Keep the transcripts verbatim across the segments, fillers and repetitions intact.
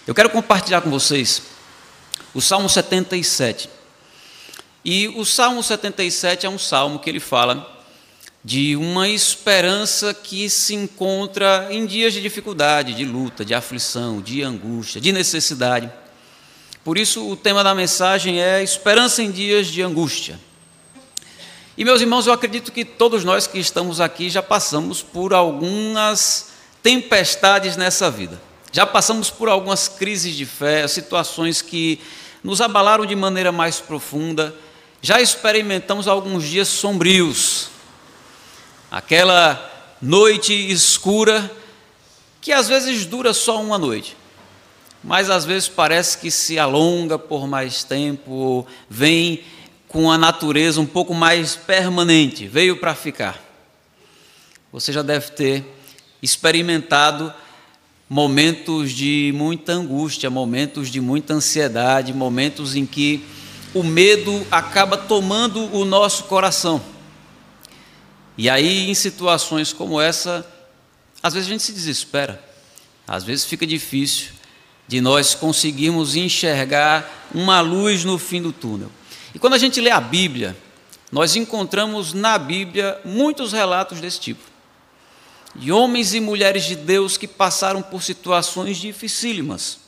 Eu quero compartilhar com vocês o Salmo setenta e sete. E o Salmo setenta e sete é um salmo que ele fala de uma esperança que se encontra em dias de dificuldade, de luta, de aflição, de angústia, de necessidade. Por isso o tema da mensagem é esperança em dias de angústia. E meus irmãos, eu acredito que todos nós que estamos aqui já passamos por algumas tempestades nessa vida. Já passamos por algumas crises de fé, situações que nos abalaram de maneira mais profunda. Já experimentamos alguns dias sombrios. Aquela noite escura que às vezes dura só uma noite, mas às vezes parece que se alonga por mais tempo, vem com a natureza um pouco mais permanente, veio para ficar. Você já deve ter experimentado momentos de muita angústia, momentos de muita ansiedade, momentos em que o medo acaba tomando o nosso coração. E aí, em situações como essa, às vezes a gente se desespera, às vezes fica difícil de nós conseguirmos enxergar uma luz no fim do túnel. E quando a gente lê a Bíblia, nós encontramos na Bíblia muitos relatos desse tipo, de homens e mulheres de Deus que passaram por situações dificílimas.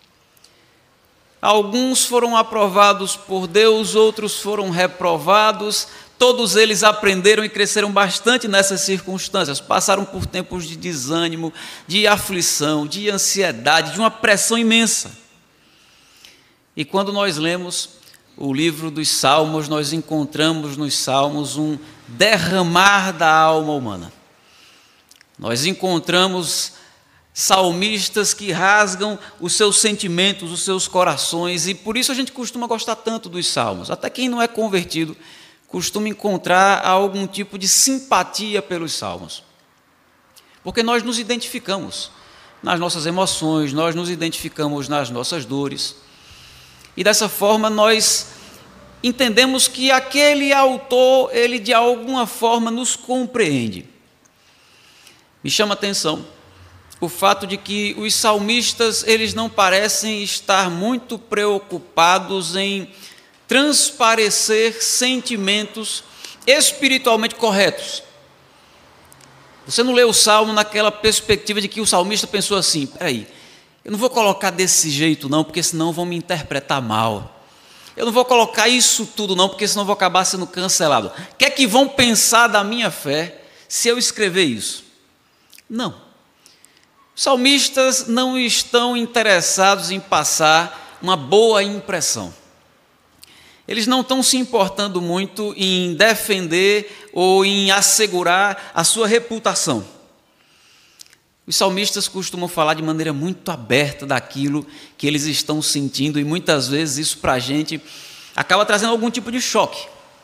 Alguns foram aprovados por Deus, outros foram reprovados. Todos eles aprenderam e cresceram bastante nessas circunstâncias, passaram por tempos de desânimo, de aflição, de ansiedade, de uma pressão imensa. E quando nós lemos o livro dos Salmos, nós encontramos nos Salmos um derramar da alma humana. Nós encontramos salmistas que rasgam os seus sentimentos, os seus corações, e por isso a gente costuma gostar tanto dos Salmos. Até quem não é convertido costuma encontrar algum tipo de simpatia pelos Salmos, porque nós nos identificamos nas nossas emoções, nós nos identificamos nas nossas dores, e dessa forma nós entendemos que aquele autor, ele de alguma forma nos compreende. Me chama a atenção o fato de que os salmistas, eles não parecem estar muito preocupados em transparecer sentimentos espiritualmente corretos. Você não lê o Salmo naquela perspectiva de que o salmista pensou assim: peraí, eu não vou colocar desse jeito não, porque senão vão me interpretar mal. Eu não vou colocar isso tudo não, porque senão vou acabar sendo cancelado. O que é que vão pensar da minha fé se eu escrever isso? Não. Os salmistas não estão interessados em passar uma boa impressão. Eles não estão se importando muito em defender ou em assegurar a sua reputação. Os salmistas costumam falar de maneira muito aberta daquilo que eles estão sentindo, e muitas vezes isso para a gente acaba trazendo algum tipo de choque.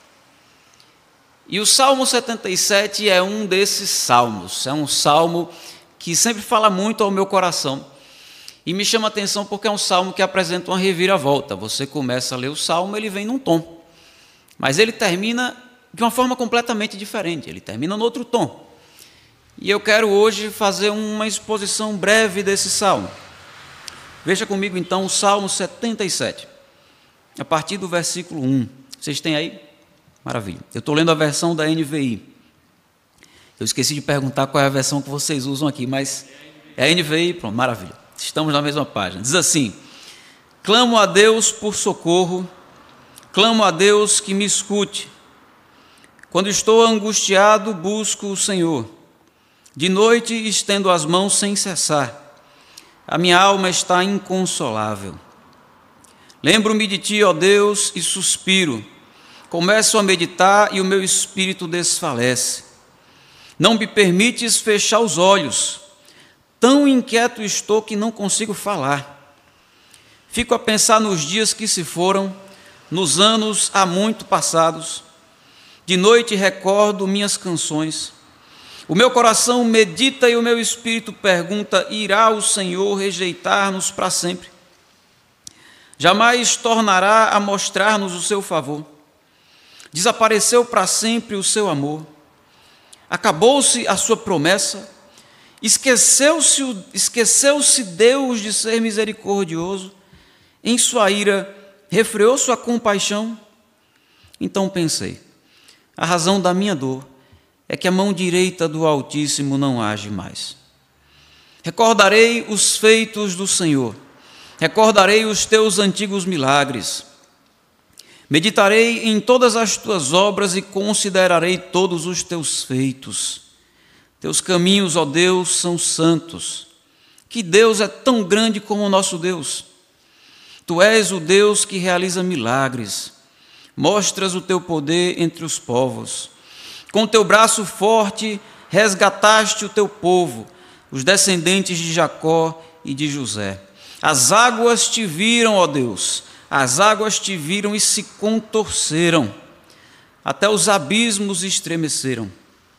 E o Salmo setenta e sete é um desses salmos, é um salmo que sempre fala muito ao meu coração. E me chama a atenção porque é um salmo que apresenta uma reviravolta. Você começa a ler o salmo, ele vem num tom, mas ele termina de uma forma completamente diferente, ele termina no outro tom. E eu quero hoje fazer uma exposição breve desse salmo. Veja comigo então o Salmo setenta e sete, a partir do versículo um. Vocês têm aí? Maravilha. Eu estou lendo a versão da N V I. Eu esqueci de perguntar qual é a versão que vocês usam aqui, mas é a N V I, pronto, maravilha. Estamos na mesma página. Diz assim: clamo a Deus por socorro, clamo a Deus que me escute. Quando estou angustiado, busco o Senhor. De noite estendo as mãos sem cessar. A minha alma está inconsolável. Lembro-me de ti, ó Deus, e suspiro. Começo a meditar e o meu espírito desfalece. Não me permites fechar os olhos. Tão inquieto estou que não consigo falar. Fico a pensar nos dias que se foram, nos anos há muito passados. De noite recordo minhas canções. O meu coração medita e o meu espírito pergunta: irá o Senhor rejeitar-nos para sempre? Jamais tornará a mostrar-nos o seu favor. Desapareceu para sempre o seu amor. Acabou-se a sua promessa Esqueceu-se, esqueceu-se Deus de ser misericordioso? Em sua ira, refreou sua compaixão? Então pensei, a razão da minha dor é que a mão direita do Altíssimo não age mais. Recordarei os feitos do Senhor, recordarei os teus antigos milagres. Meditarei em todas as tuas obras e considerarei todos os teus feitos. Teus caminhos, ó Deus, são santos. Que Deus é tão grande como o nosso Deus. Tu és o Deus que realiza milagres. Mostras o teu poder entre os povos. Com teu braço forte resgataste o teu povo, os descendentes de Jacó e de José. As águas te viram, ó Deus, as águas te viram e se contorceram. Até os abismos estremeceram.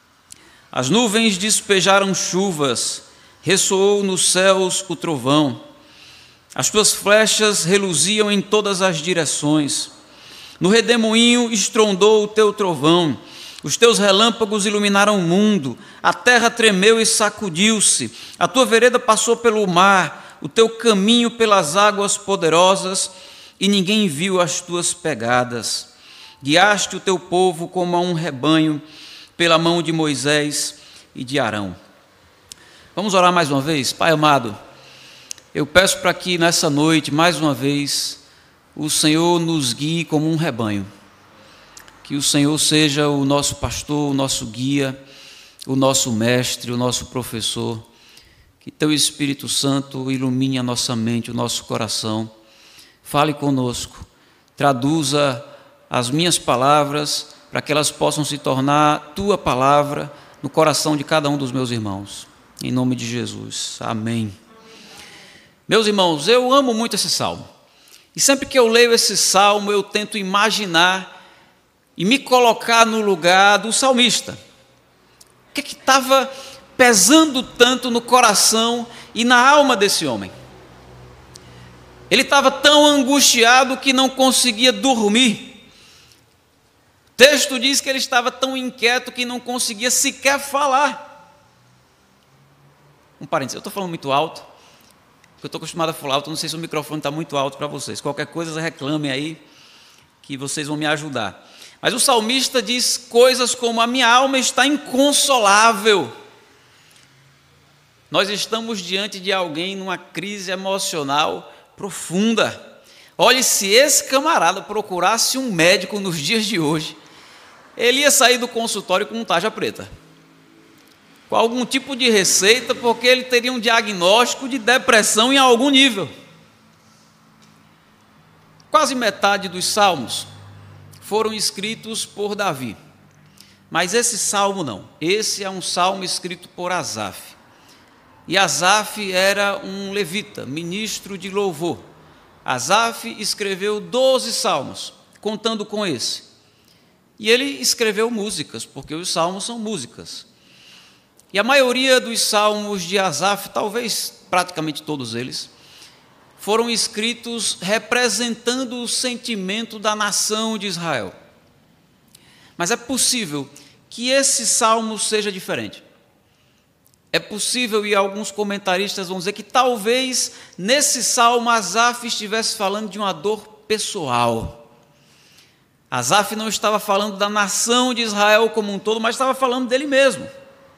As nuvens despejaram chuvas, ressoou nos céus o trovão. As tuas flechas reluziam em todas as direções. No redemoinho estrondou o teu trovão. Os teus relâmpagos iluminaram o mundo. A terra tremeu e sacudiu-se. A tua vereda passou pelo mar, o teu caminho pelas águas poderosas, e ninguém viu as tuas pegadas. Guiaste o teu povo como a um rebanho, pela mão de Moisés e de Arão. Vamos orar mais uma vez? Pai amado, eu peço para que nessa noite, mais uma vez, o Senhor nos guie como um rebanho. Que o Senhor seja o nosso pastor, o nosso guia, o nosso mestre, o nosso professor. Que teu Espírito Santo ilumine a nossa mente, o nosso coração. Fale conosco, traduza as minhas palavras para que elas possam se tornar tua palavra no coração de cada um dos meus irmãos. Em nome de Jesus. Amém. Meus irmãos, eu amo muito esse salmo. E sempre que eu leio esse salmo, eu tento imaginar e me colocar no lugar do salmista. O que é que estava pesando tanto no coração e na alma desse homem? Ele estava tão angustiado que não conseguia dormir. O texto diz que ele estava tão inquieto que não conseguia sequer falar. Um parênteses, eu estou falando muito alto, porque eu estou acostumado a falar alto, não sei se o microfone está muito alto para vocês. Qualquer coisa, reclamem aí, que vocês vão me ajudar. Mas o salmista diz coisas como: a minha alma está inconsolável. Nós estamos diante de alguém numa crise emocional profunda. Olhe, se esse camarada procurasse um médico nos dias de hoje, ele ia sair do consultório com um tarja preta, com algum tipo de receita, porque ele teria um diagnóstico de depressão em algum nível. Quase metade dos salmos foram escritos por Davi, mas esse salmo não. Esse é um salmo escrito por Asaf. E Asaf era um levita, ministro de louvor. Asaf escreveu doze salmos, contando com esse. E ele escreveu músicas, porque os salmos são músicas. E a maioria dos salmos de Asaf, talvez praticamente todos eles, foram escritos representando o sentimento da nação de Israel. Mas é possível que esse salmo seja diferente. É possível, e alguns comentaristas vão dizer, que talvez nesse salmo Asaf estivesse falando de uma dor pessoal. Asaf não estava falando da nação de Israel como um todo, mas estava falando dele mesmo.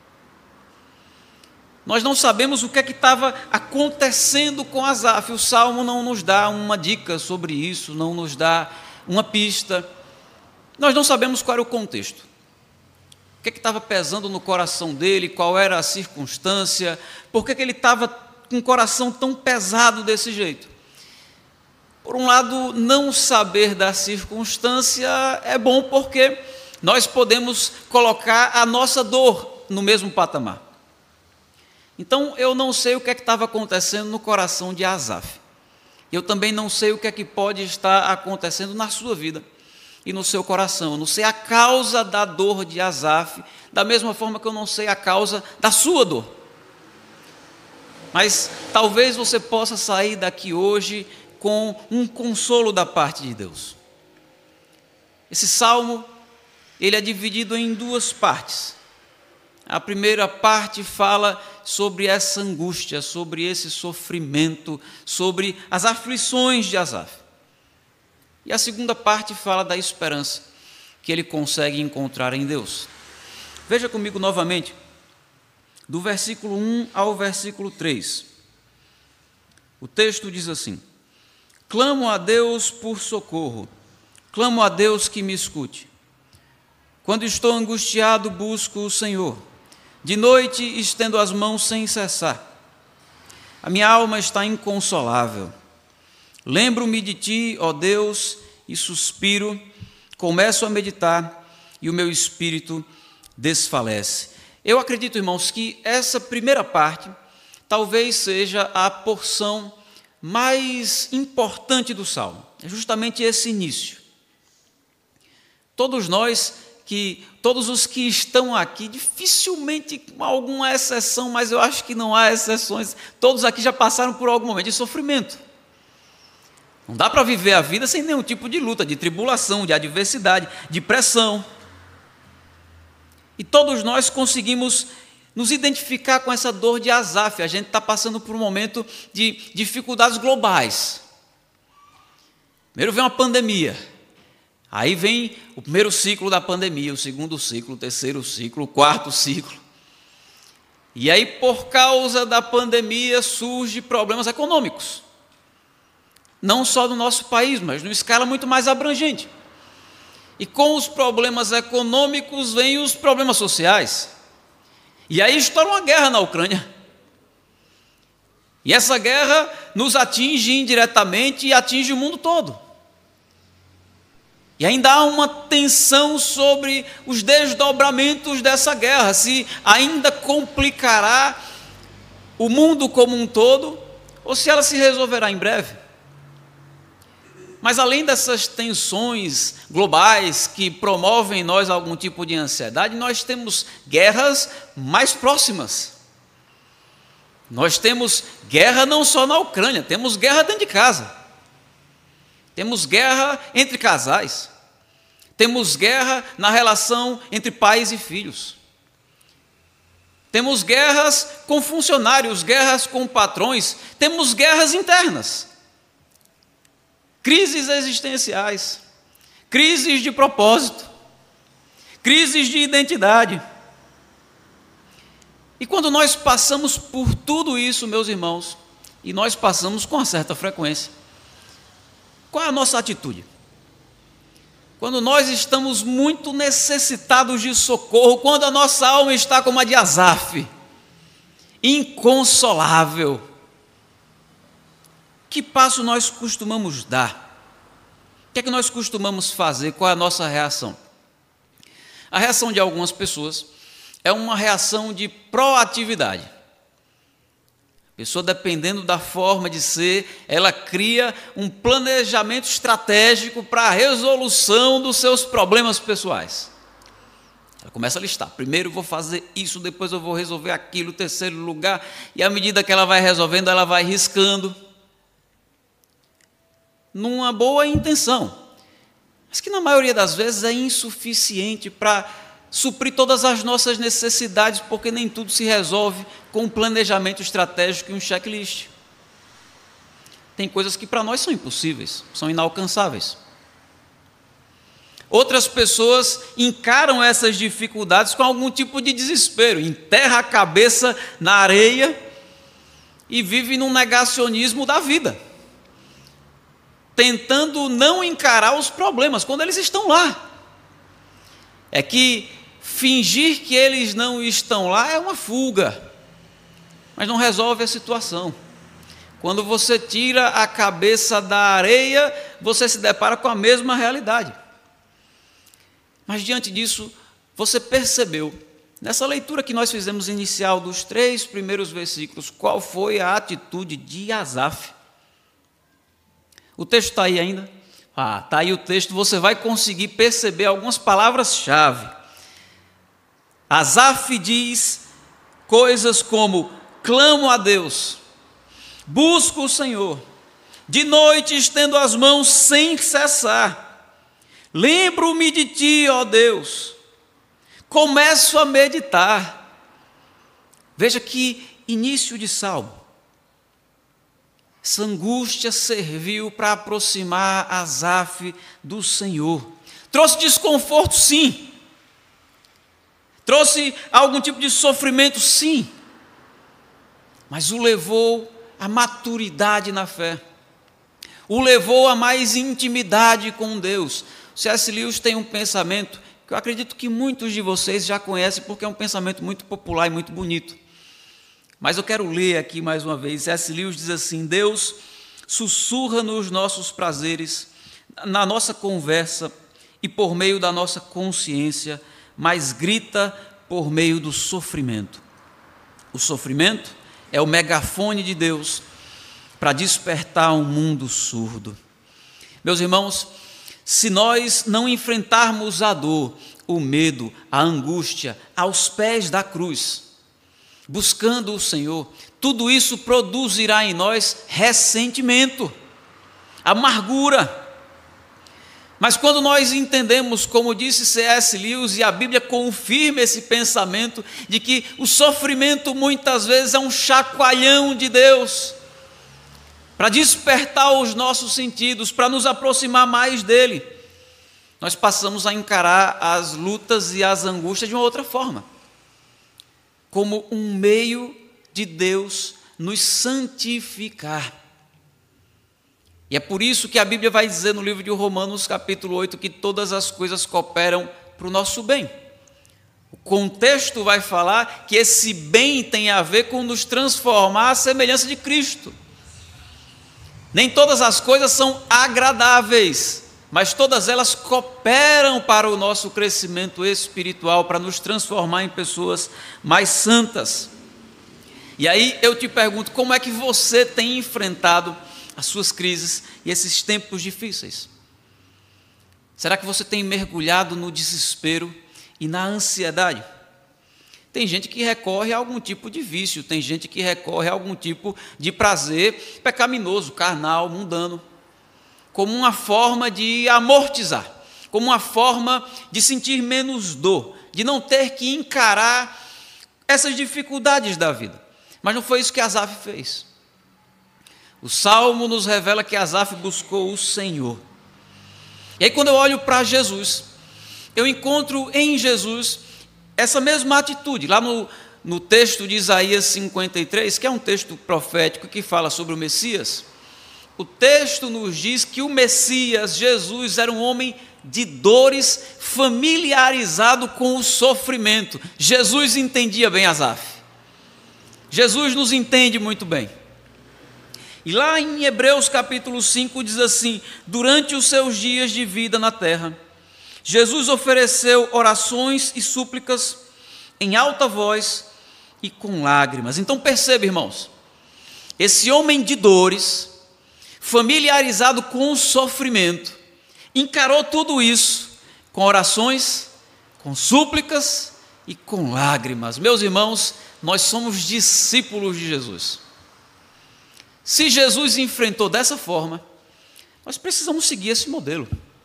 Nós não sabemos o que é que estava acontecendo com Asaf. O salmo não nos dá uma dica sobre isso, não nos dá uma pista. Nós não sabemos qual era o contexto. O que é que estava pesando no coração dele, qual era a circunstância, por que é que ele estava com um coração tão pesado desse jeito. Por um lado, não saber da circunstância é bom, porque nós podemos colocar a nossa dor no mesmo patamar. Então, eu não sei o que é que estava acontecendo no coração de Asaf. Eu também não sei o que é que pode estar acontecendo na sua vida e no seu coração. Eu não sei a causa da dor de Asaf, da mesma forma que eu não sei a causa da sua dor. Mas talvez você possa sair daqui hoje com um consolo da parte de Deus. Esse salmo, ele é dividido em duas partes. A primeira parte fala sobre essa angústia, sobre esse sofrimento, sobre as aflições de Asaf. E a segunda parte fala da esperança que ele consegue encontrar em Deus. Veja comigo novamente, do versículo um ao versículo três. O texto diz assim: clamo a Deus por socorro, clamo a Deus que me escute. Quando estou angustiado, busco o Senhor. De noite estendo as mãos sem cessar. A minha alma está inconsolável. Lembro-me de ti, ó Deus, e suspiro, começo a meditar, e o meu espírito desfalece. Eu acredito, irmãos, que essa primeira parte talvez seja a porção mais importante do Salmo. É justamente esse início. Todos nós que, todos os que estão aqui, dificilmente, com alguma exceção, mas eu acho que não há exceções, todos aqui já passaram por algum momento de sofrimento. Não dá para viver a vida sem nenhum tipo de luta, de tribulação, de adversidade, de pressão. E todos nós conseguimos nos identificar com essa dor de Asaf. A gente está passando por um momento de dificuldades globais. Primeiro vem uma pandemia. Aí vem o primeiro ciclo da pandemia, o segundo ciclo, o terceiro ciclo, o quarto ciclo. E aí, por causa da pandemia, surgem problemas econômicos. Não só no nosso país, mas numa escala muito mais abrangente. E com os problemas econômicos vêm os problemas sociais. E aí estoura uma guerra na Ucrânia. E essa guerra nos atinge indiretamente e atinge o mundo todo. E ainda há uma tensão sobre os desdobramentos dessa guerra, se ainda complicará o mundo como um todo, ou se ela se resolverá em breve. Mas além dessas tensões globais que promovem em nós algum tipo de ansiedade, nós temos guerras mais próximas. Nós temos guerra não só na Ucrânia, temos guerra dentro de casa. Temos guerra entre casais. Temos guerra na relação entre pais e filhos. Temos guerras com funcionários, guerras com patrões. Temos guerras internas. Crises existenciais. Crises de propósito. Crises de identidade. E quando nós passamos por tudo isso, meus irmãos, e nós passamos com uma certa frequência, qual é a nossa atitude? Quando nós estamos muito necessitados de socorro, quando a nossa alma está como a de Asaf, inconsolável, que passo nós costumamos dar? O que é que nós costumamos fazer? Qual é a nossa reação? A reação de algumas pessoas é uma reação de proatividade. A pessoa, dependendo da forma de ser, ela cria um planejamento estratégico para a resolução dos seus problemas pessoais. Ela começa a listar. Primeiro eu vou fazer isso, depois eu vou resolver aquilo, terceiro lugar. E à medida que ela vai resolvendo, ela vai riscando. Numa boa intenção. Mas que na maioria das vezes é insuficiente para suprir todas as nossas necessidades, porque nem tudo se resolve com um planejamento estratégico e um checklist. Tem coisas que para nós são impossíveis, são inalcançáveis. Outras pessoas encaram essas dificuldades com algum tipo de desespero, enterra a cabeça na areia e vive num negacionismo da vida, tentando não encarar os problemas quando eles estão lá. É que fingir que eles não estão lá é uma fuga, mas não resolve a situação. Quando você tira a cabeça da areia, você se depara com a mesma realidade. Mas diante disso, você percebeu, nessa leitura que nós fizemos inicial dos três primeiros versículos, qual foi a atitude de Asaf? O texto está aí ainda? Ah, está aí o texto, você vai conseguir perceber algumas palavras-chave. Asaf diz coisas como: clamo a Deus, busco o Senhor, de noite estendo as mãos sem cessar, lembro-me de ti, ó Deus, começo a meditar, Veja que início de salmo. Essa angústia serviu para aproximar Asaf do Senhor. Trouxe desconforto, sim. Trouxe algum tipo de sofrimento, sim. Mas o levou à maturidade na fé. O levou a mais intimidade com Deus. C S Lewis tem um pensamento que eu acredito que muitos de vocês já conhecem, porque é um pensamento muito popular e muito bonito. Mas eu quero ler aqui mais uma vez. C S Lewis diz assim: Deus sussurra nos nossos prazeres, na nossa conversa e por meio da nossa consciência, mas grita por meio do sofrimento. O sofrimento é o megafone de Deus para despertar um mundo surdo. Meus irmãos, se nós não enfrentarmos a dor, o medo, a angústia aos pés da cruz, buscando o Senhor, tudo isso produzirá em nós ressentimento, amargura. Mas quando nós entendemos, como disse C S Lewis, e a Bíblia confirma esse pensamento, de que o sofrimento muitas vezes é um chacoalhão de Deus, para despertar os nossos sentidos, para nos aproximar mais dEle, nós passamos a encarar as lutas e as angústias de uma outra forma, como um meio de Deus nos santificar. E é por isso que a Bíblia vai dizer no livro de Romanos, capítulo oito, que todas as coisas cooperam para o nosso bem. O contexto vai falar que esse bem tem a ver com nos transformar à semelhança de Cristo. Nem todas as coisas são agradáveis, mas todas elas cooperam para o nosso crescimento espiritual, para nos transformar em pessoas mais santas. E aí eu te pergunto, como é que você tem enfrentado as suas crises e esses tempos difíceis? Será que você tem mergulhado no desespero e na ansiedade? Tem gente que recorre a algum tipo de vício, tem gente que recorre a algum tipo de prazer pecaminoso, carnal, mundano, como uma forma de amortizar, como uma forma de sentir menos dor, de não ter que encarar essas dificuldades da vida. Mas não foi isso que Asaf fez. O Salmo nos revela que Asaf buscou o Senhor. E aí quando eu olho para Jesus, eu encontro em Jesus essa mesma atitude. Lá no, no texto de Isaías cinquenta e três, que é um texto profético que fala sobre o Messias, o texto nos diz que o Messias, Jesus, era um homem de dores, familiarizado com o sofrimento. Jesus entendia bem Asaf. Jesus nos entende muito bem. E lá em Hebreus capítulo cinco diz assim: durante os seus dias de vida na terra, Jesus ofereceu orações e súplicas em alta voz e com lágrimas. Então perceba, irmãos, esse homem de dores, familiarizado com o sofrimento, encarou tudo isso com orações, com súplicas e com lágrimas. Meus irmãos, nós somos discípulos de Jesus. Se Jesus enfrentou dessa forma, nós precisamos seguir esse modelo.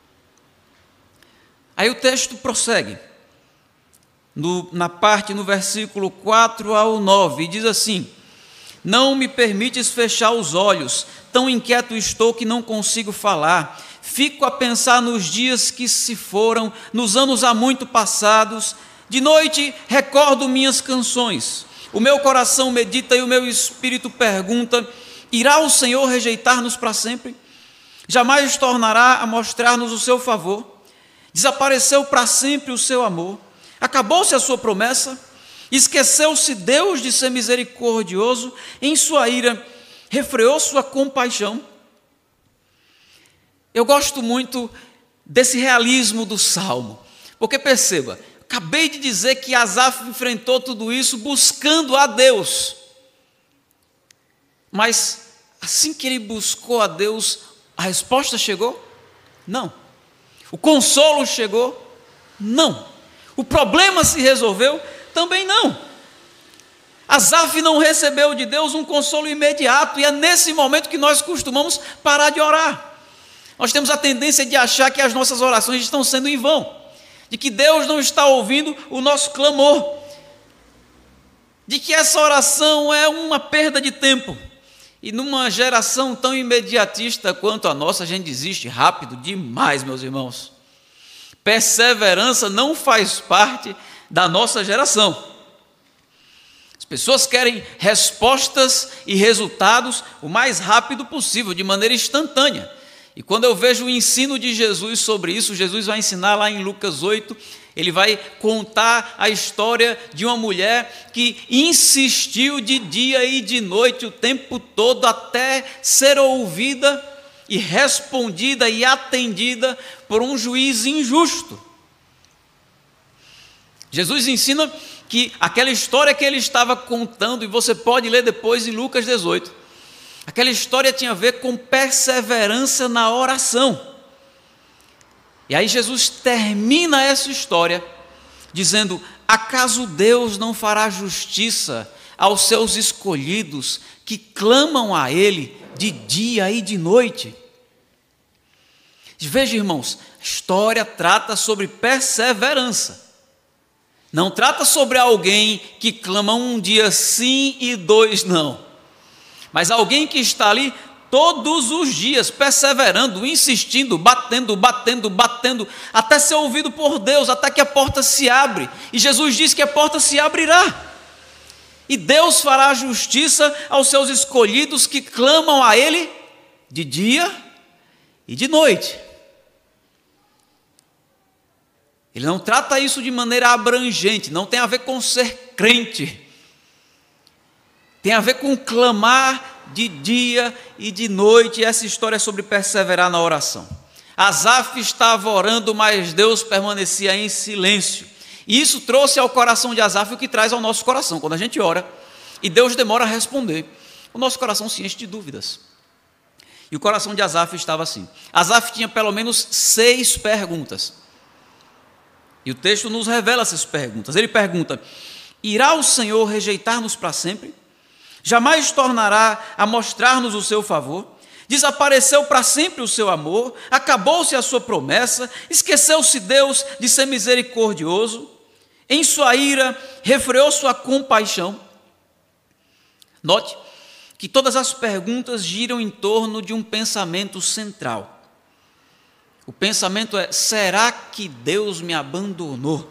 Aí o texto prossegue, no, na parte, no versículo quatro ao nove, e diz assim: não me permites fechar os olhos, tão inquieto estou que não consigo falar. Fico a pensar nos dias que se foram, nos anos há muito passados. De noite recordo minhas canções. O meu coração medita e o meu espírito pergunta: irá o Senhor rejeitar-nos para sempre? Jamais tornará a mostrar-nos o seu favor? Desapareceu para sempre o seu amor? Acabou-se a sua promessa? Esqueceu-se Deus de ser misericordioso? Em sua ira refreou sua compaixão? Eu gosto muito desse realismo do Salmo, porque perceba, acabei de dizer que Asaf enfrentou tudo isso buscando a Deus, mas assim que ele buscou a Deus, a resposta chegou? Não. O consolo chegou? Não. O problema se resolveu? Também não. Asaf não recebeu de Deus um consolo imediato, e é nesse momento que nós costumamos parar de orar. Nós temos a tendência de achar que as nossas orações estão sendo em vão, de que Deus não está ouvindo o nosso clamor. de que essa oração é uma perda de tempo. E numa geração tão imediatista quanto a nossa, a gente desiste rápido demais, meus irmãos. Perseverança não faz parte da nossa geração. As pessoas querem respostas e resultados o mais rápido possível, de maneira instantânea. E quando eu vejo o ensino de Jesus sobre isso, Jesus vai ensinar lá em Lucas oito, ele vai contar a história de uma mulher que insistiu de dia e de noite o tempo todo até ser ouvida e respondida e atendida por um juiz injusto. Jesus ensina que aquela história que ele estava contando, e você pode ler depois em Lucas dezoito, aquela história tinha a ver com perseverança na oração. E aí Jesus termina essa história dizendo: acaso Deus não fará justiça aos seus escolhidos que clamam a Ele de dia e de noite? Veja, irmãos, a história trata sobre perseverança. Não trata sobre alguém que clama um dia sim e dois não. Mas alguém que está ali todos os dias, perseverando, insistindo, batendo, batendo, batendo, até ser ouvido por Deus, até que a porta se abre. E Jesus diz que a porta se abrirá. E Deus fará justiça aos seus escolhidos que clamam a Ele de dia e de noite. Ele não trata isso de maneira abrangente, não tem a ver com ser crente. Tem a ver com clamar de dia e de noite, e essa história é sobre perseverar na oração. Asaf estava orando, mas Deus permanecia em silêncio. E isso trouxe ao coração de Asaf o que traz ao nosso coração. Quando a gente ora e Deus demora a responder, o nosso coração se enche de dúvidas. E o coração de Asaf estava assim. Asaf tinha pelo menos seis perguntas. E o texto nos revela essas perguntas. Ele pergunta: irá o Senhor rejeitar-nos para sempre? Jamais tornará a mostrar-nos o seu favor? Desapareceu para sempre o seu amor? Acabou-se a sua promessa? Esqueceu-se Deus de ser misericordioso? Em sua ira, refreou sua compaixão? Note que todas as perguntas giram em torno de um pensamento central. O pensamento é: será que Deus me abandonou?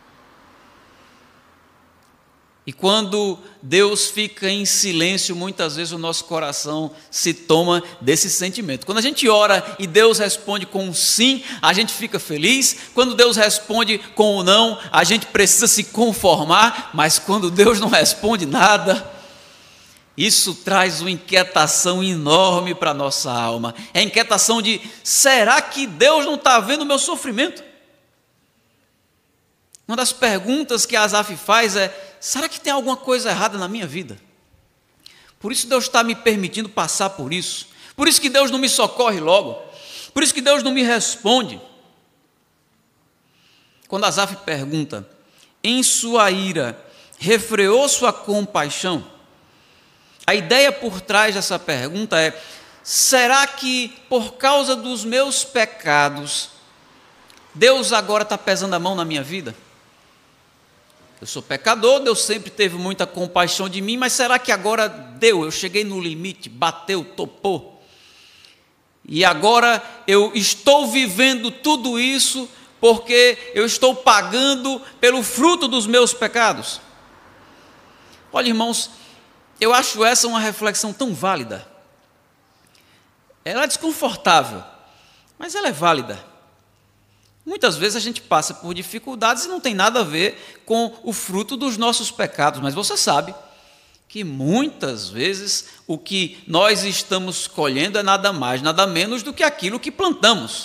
E quando Deus fica em silêncio, muitas vezes o nosso coração se toma desse sentimento. Quando a gente ora e Deus responde com um sim, a gente fica feliz. Quando Deus responde com um não, a gente precisa se conformar. Mas quando Deus não responde nada, isso traz uma inquietação enorme para a nossa alma. É a inquietação de: será que Deus não está vendo o meu sofrimento? Uma das perguntas que Asaf faz é: será que tem alguma coisa errada na minha vida? Por isso Deus está me permitindo passar por isso. Por isso que Deus não me socorre logo. Por isso que Deus não me responde. Quando Asaf pergunta: em sua ira, refreou sua compaixão? A ideia por trás dessa pergunta é: será que por causa dos meus pecados, Deus agora está pesando a mão na minha vida? Eu sou pecador, Deus sempre teve muita compaixão de mim, mas será que agora deu? Eu cheguei no limite, bateu, topou. E agora eu estou vivendo tudo isso porque eu estou pagando pelo fruto dos meus pecados. Olha, irmãos, eu acho essa uma reflexão tão válida. Ela é desconfortável, mas ela é válida. Muitas vezes a gente passa por dificuldades e não tem nada a ver com o fruto dos nossos pecados, mas você sabe que muitas vezes o que nós estamos colhendo é nada mais, nada menos do que aquilo que plantamos.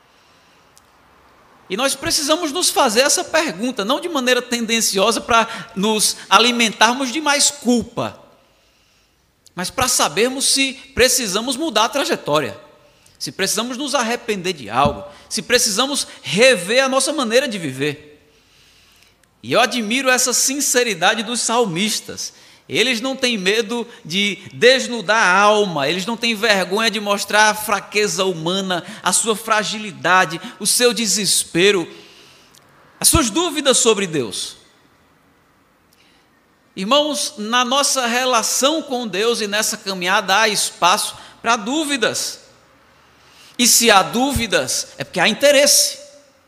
E nós precisamos nos fazer essa pergunta, não de maneira tendenciosa para nos alimentarmos de mais culpa, mas para sabermos se precisamos mudar a trajetória. Se precisamos nos arrepender de algo, se precisamos rever a nossa maneira de viver. E eu admiro essa sinceridade dos salmistas. Eles não têm medo de desnudar a alma, eles não têm vergonha de mostrar a fraqueza humana, a sua fragilidade, o seu desespero, as suas dúvidas sobre Deus. Irmãos, na nossa relação com Deus e nessa caminhada há espaço para dúvidas. E se há dúvidas, é porque há interesse.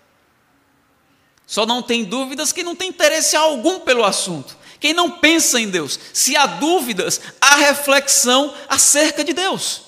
Só não tem dúvidas quem não tem interesse algum pelo assunto. Quem não pensa em Deus. Se há dúvidas, há reflexão acerca de Deus.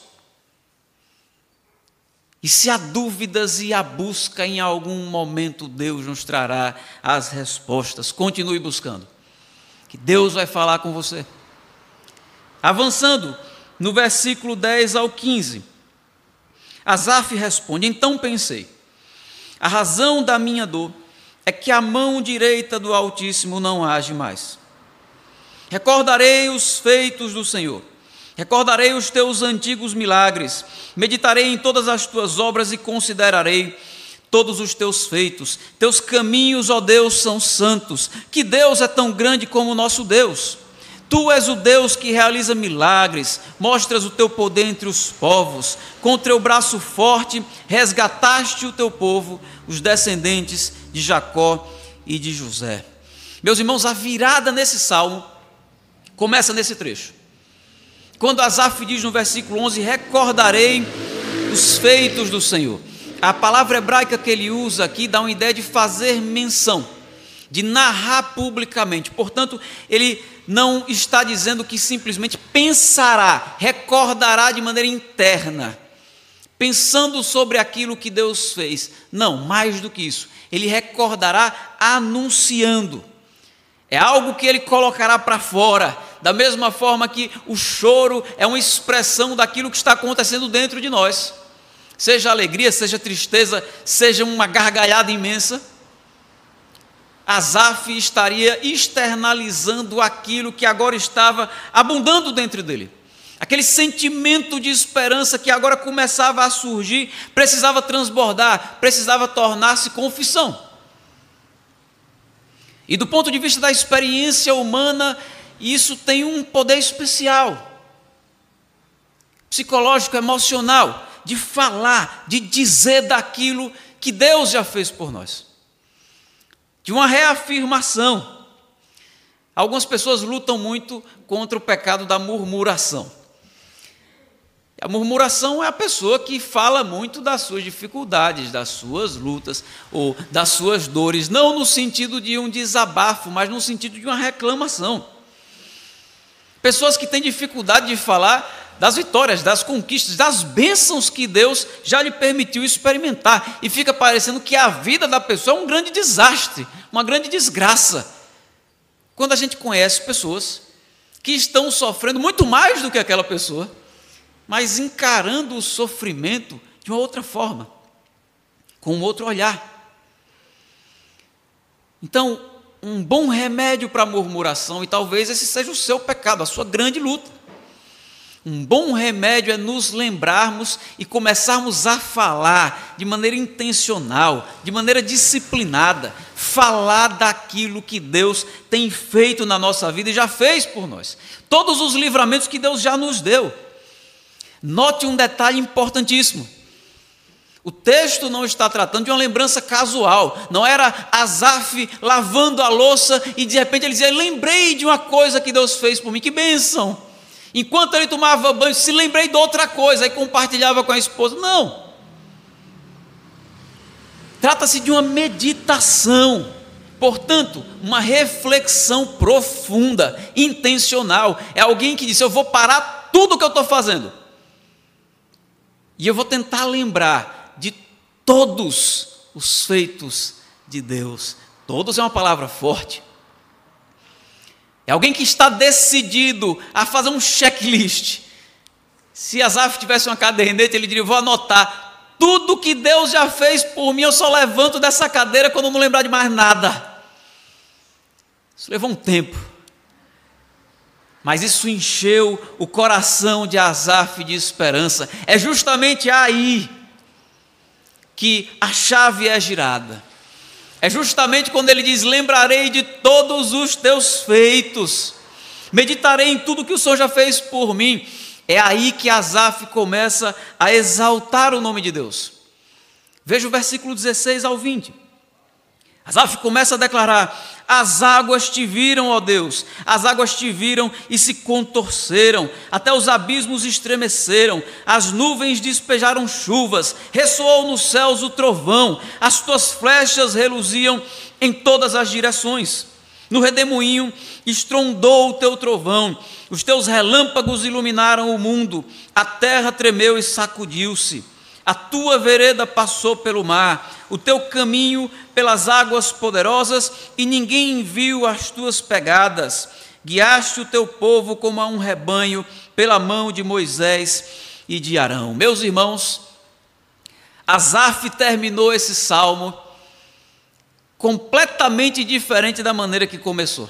E se há dúvidas e há busca, em algum momento Deus nos trará as respostas. Continue buscando, que Deus vai falar com você. Avançando, no versículo dez ao quinze, Asaf responde: então pensei, a razão da minha dor é que a mão direita do Altíssimo não age mais. Recordarei os feitos do Senhor, recordarei os teus antigos milagres, meditarei em todas as tuas obras e considerarei todos os teus feitos. Teus caminhos, ó Deus, são santos. Que Deus é tão grande como o nosso Deus? Tu és o Deus que realiza milagres, mostras o teu poder entre os povos. Com o teu braço forte resgataste o teu povo, os descendentes de Jacó e de José. Meus irmãos, a virada nesse salmo começa nesse trecho. Quando Asaf diz no versículo onze: recordarei os feitos do Senhor. A palavra hebraica que ele usa aqui dá uma ideia de fazer menção, de narrar publicamente. Portanto, ele não está dizendo que simplesmente pensará, recordará de maneira interna, pensando sobre aquilo que Deus fez. Não, mais do que isso, ele recordará anunciando. É algo que ele colocará para fora, da mesma forma que o choro é uma expressão daquilo que está acontecendo dentro de nós. Seja alegria, seja tristeza, seja uma gargalhada imensa, Asaf estaria externalizando aquilo que agora estava abundando dentro dele. Aquele sentimento de esperança que agora começava a surgir, precisava transbordar, precisava tornar-se confissão. E do ponto de vista da experiência humana, isso tem um poder especial, psicológico, emocional, de falar, de dizer daquilo que Deus já fez por nós, de uma reafirmação. Algumas pessoas lutam muito contra o pecado da murmuração. A murmuração é a pessoa que fala muito das suas dificuldades, das suas lutas ou das suas dores, não no sentido de um desabafo, mas no sentido de uma reclamação. Pessoas que têm dificuldade de falar das vitórias, das conquistas, das bênçãos que Deus já lhe permitiu experimentar, e fica parecendo que a vida da pessoa é um grande desastre, uma grande desgraça, quando a gente conhece pessoas que estão sofrendo muito mais do que aquela pessoa, mas encarando o sofrimento de uma outra forma, com um outro olhar. Então, um bom remédio para a murmuração, e talvez esse seja o seu pecado, a sua grande luta, um bom remédio é nos lembrarmos e começarmos a falar de maneira intencional, de maneira disciplinada, falar daquilo que Deus tem feito na nossa vida e já fez por nós, todos os livramentos que Deus já nos deu. Note um detalhe importantíssimo: o texto não está tratando de uma lembrança casual, não era Asaf lavando a louça e de repente ele dizia: lembrei de uma coisa que Deus fez por mim, que bênção. Enquanto ele tomava banho, se lembrei de outra coisa, aí compartilhava com a esposa. Não. Trata-se de uma meditação, portanto, uma reflexão profunda, intencional. É alguém que disse: eu vou parar tudo o que eu estou fazendo e eu vou tentar lembrar de todos os feitos de Deus. Todos é uma palavra forte. É alguém que está decidido a fazer um checklist. Se Asaf tivesse uma caderneta, ele diria: vou anotar tudo que Deus já fez por mim, eu só levanto dessa cadeira quando eu não lembrar de mais nada. Isso levou um tempo, mas isso encheu o coração de Asaf de esperança. É justamente aí que a chave é girada. É justamente quando ele diz: lembrarei de todos os teus feitos, meditarei em tudo que o Senhor já fez por mim. É aí que Asaf começa a exaltar o nome de Deja o versículo dezesseis ao vinte. Asaf começa a declarar: as águas te viram, ó Deus, as águas te viram e se contorceram, até os abismos estremeceram, as nuvens despejaram chuvas, ressoou nos céus o trovão, as tuas flechas reluziam em todas as direções. No redemoinho estrondou o teu trovão, os teus relâmpagos iluminaram o mundo, a terra tremeu e sacudiu-se. A tua vereda passou pelo mar, o teu caminho pelas águas poderosas, e ninguém viu as tuas pegadas. Guiaste o teu povo como a um rebanho, pela mão de Moisés e de Arão. Meus irmãos, Asaf terminou esse salmo completamente diferente da maneira que começou.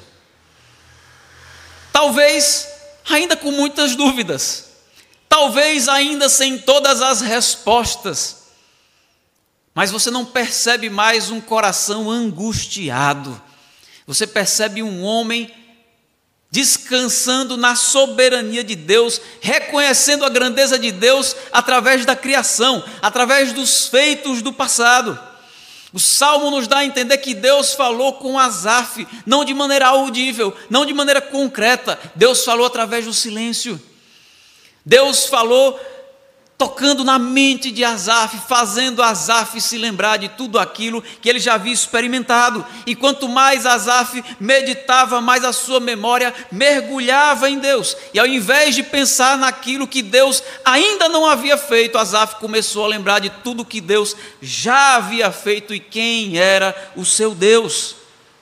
Talvez ainda com muitas dúvidas, talvez ainda sem todas as respostas, mas você não percebe mais um coração angustiado, você percebe um homem descansando na soberania de Deus, reconhecendo a grandeza de Deus através da criação, através dos feitos do passado. O Salmo nos dá a entender que Deus falou com Asaf, não de maneira audível, não de maneira concreta, Deus falou através do silêncio. Deus falou tocando na mente de Asaf, fazendo Asaf se lembrar de tudo aquilo que ele já havia experimentado. E quanto mais Asaf meditava, mais a sua memória mergulhava em Deus. E ao invés de pensar naquilo que Deus ainda não havia feito, Asaf começou a lembrar de tudo que Deus já havia feito e quem era o seu Deus.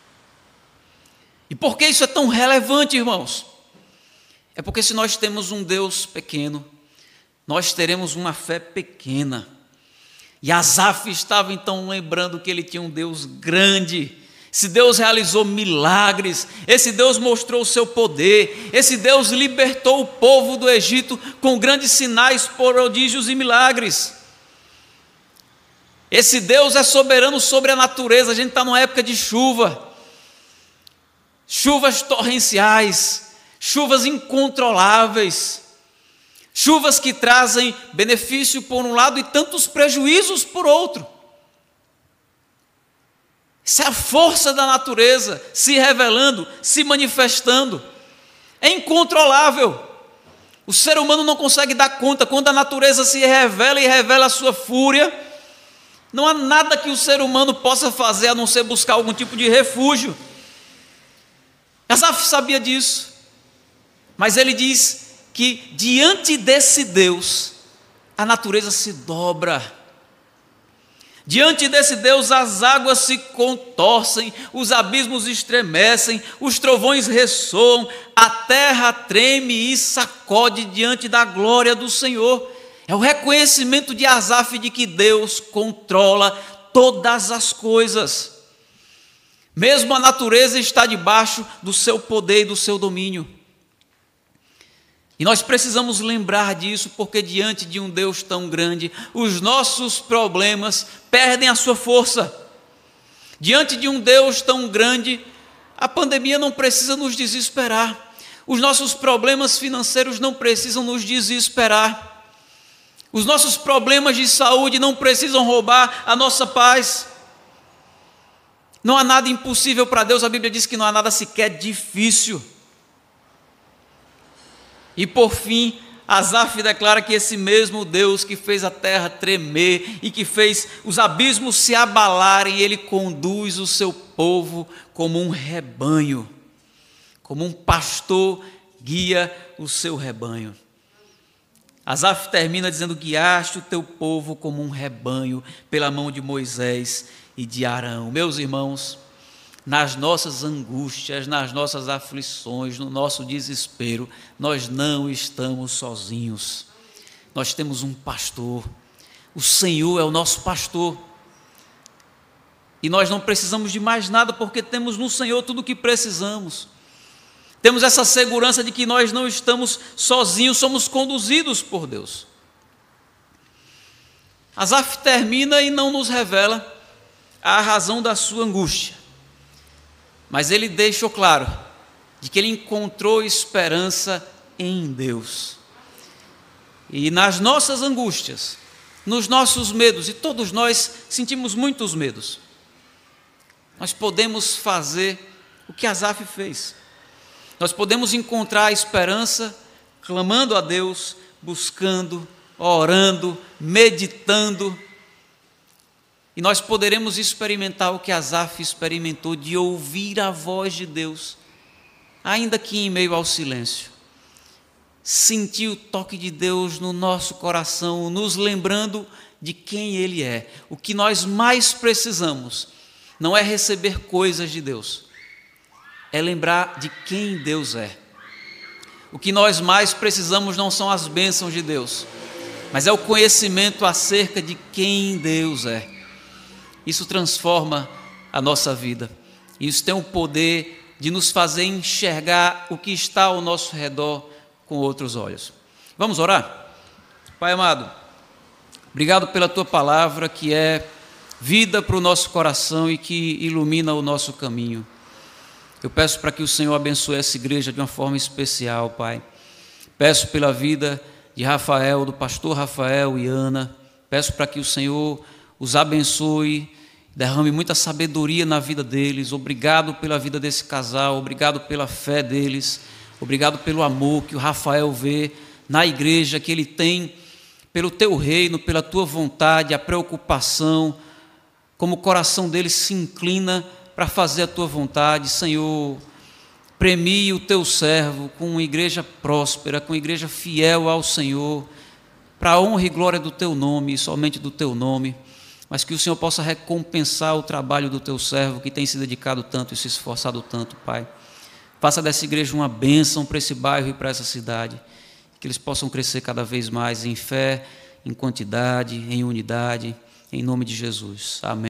E por que isso é tão relevante, irmãos? É porque se nós temos um Deus pequeno, nós teremos uma fé pequena. E Asaf estava então lembrando que ele tinha um Deus grande. Esse Deus realizou milagres, esse Deus mostrou o seu poder, esse Deus libertou o povo do Egito com grandes sinais, prodígios e milagres. Esse Deus é soberano sobre a natureza. A gente está numa época de chuva, chuvas torrenciais, chuvas incontroláveis, chuvas que trazem benefício por um lado e tantos prejuízos por outro. Isso é a força da natureza se revelando, se manifestando. É incontrolável. O ser humano não consegue dar conta. Quando a natureza se revela e revela a sua fúria, não há nada que o ser humano possa fazer a não ser buscar algum tipo de refúgio. Asaf sabia disso, mas ele diz que diante desse Deus, a natureza se dobra. Diante desse Deus, as águas se contorcem, os abismos estremecem, os trovões ressoam, a terra treme e sacode diante da glória do Senhor. É o reconhecimento de Asaf de que Deus controla todas as coisas. Mesmo a natureza está debaixo do seu poder e do seu domínio. E nós precisamos lembrar disso, porque diante de um Deus tão grande, os nossos problemas perdem a sua força. Diante de um Deus tão grande, a pandemia não precisa nos desesperar. Os nossos problemas financeiros não precisam nos desesperar. Os nossos problemas de saúde não precisam roubar a nossa paz. Não há nada impossível para Deus. A Bíblia diz que não há nada sequer difícil. E por fim, Asaf declara que esse mesmo Deus que fez a terra tremer e que fez os abismos se abalarem, ele conduz o seu povo como um rebanho, como um pastor guia o seu rebanho. Asaf termina dizendo: guiaste o teu povo como um rebanho pela mão de Moisés e de Arão. Meus irmãos, nas nossas angústias, nas nossas aflições, no nosso desespero, nós não estamos sozinhos. Nós temos um pastor. O Senhor é o nosso pastor. E nós não precisamos de mais nada, porque temos no Senhor tudo o que precisamos. Temos essa segurança de que nós não estamos sozinhos, somos conduzidos por Deus. Asaf termina e não nos revela a razão da sua angústia. Mas ele deixou claro de que ele encontrou esperança em Deus. E nas nossas angústias, nos nossos medos, e todos nós sentimos muitos medos, nós podemos fazer o que Asaf fez. Nós podemos encontrar a esperança clamando a Deus, buscando, orando, meditando. E nós poderemos experimentar o que Asaf experimentou, de ouvir a voz de Deus, ainda que em meio ao silêncio. Sentir o toque de Deus no nosso coração, nos lembrando de quem Ele é. O que nós mais precisamos não é receber coisas de Deus, é lembrar de quem Deus é. O que nós mais precisamos não são as bênçãos de Deus, mas é o conhecimento acerca de quem Deus é. Isso transforma a nossa vida. Isso tem o poder de nos fazer enxergar o que está ao nosso redor com outros olhos. Vamos orar? Pai amado, obrigado pela Tua palavra, que é vida para o nosso coração e que ilumina o nosso caminho. Eu peço para que o Senhor abençoe essa igreja de uma forma especial, Pai. Peço pela vida de Rafael, do pastor Rafael e Ana. Peço para que o Senhor os abençoe, derrame muita sabedoria na vida deles. Obrigado pela vida desse casal, obrigado pela fé deles, obrigado pelo amor que o Rafael vê na igreja, que ele tem pelo Teu reino, pela Tua vontade, a preocupação, como o coração dele se inclina para fazer a Tua vontade. Senhor, premie o Teu servo com uma igreja próspera, com uma igreja fiel ao Senhor, para a honra e glória do Teu nome, e somente do Teu nome, mas que o Senhor possa recompensar o trabalho do Teu servo, que tem se dedicado tanto e se esforçado tanto, Pai. Faça dessa igreja uma bênção para esse bairro e para essa cidade, que eles possam crescer cada vez mais em fé, em quantidade, em unidade, em nome de Jesus. Amém.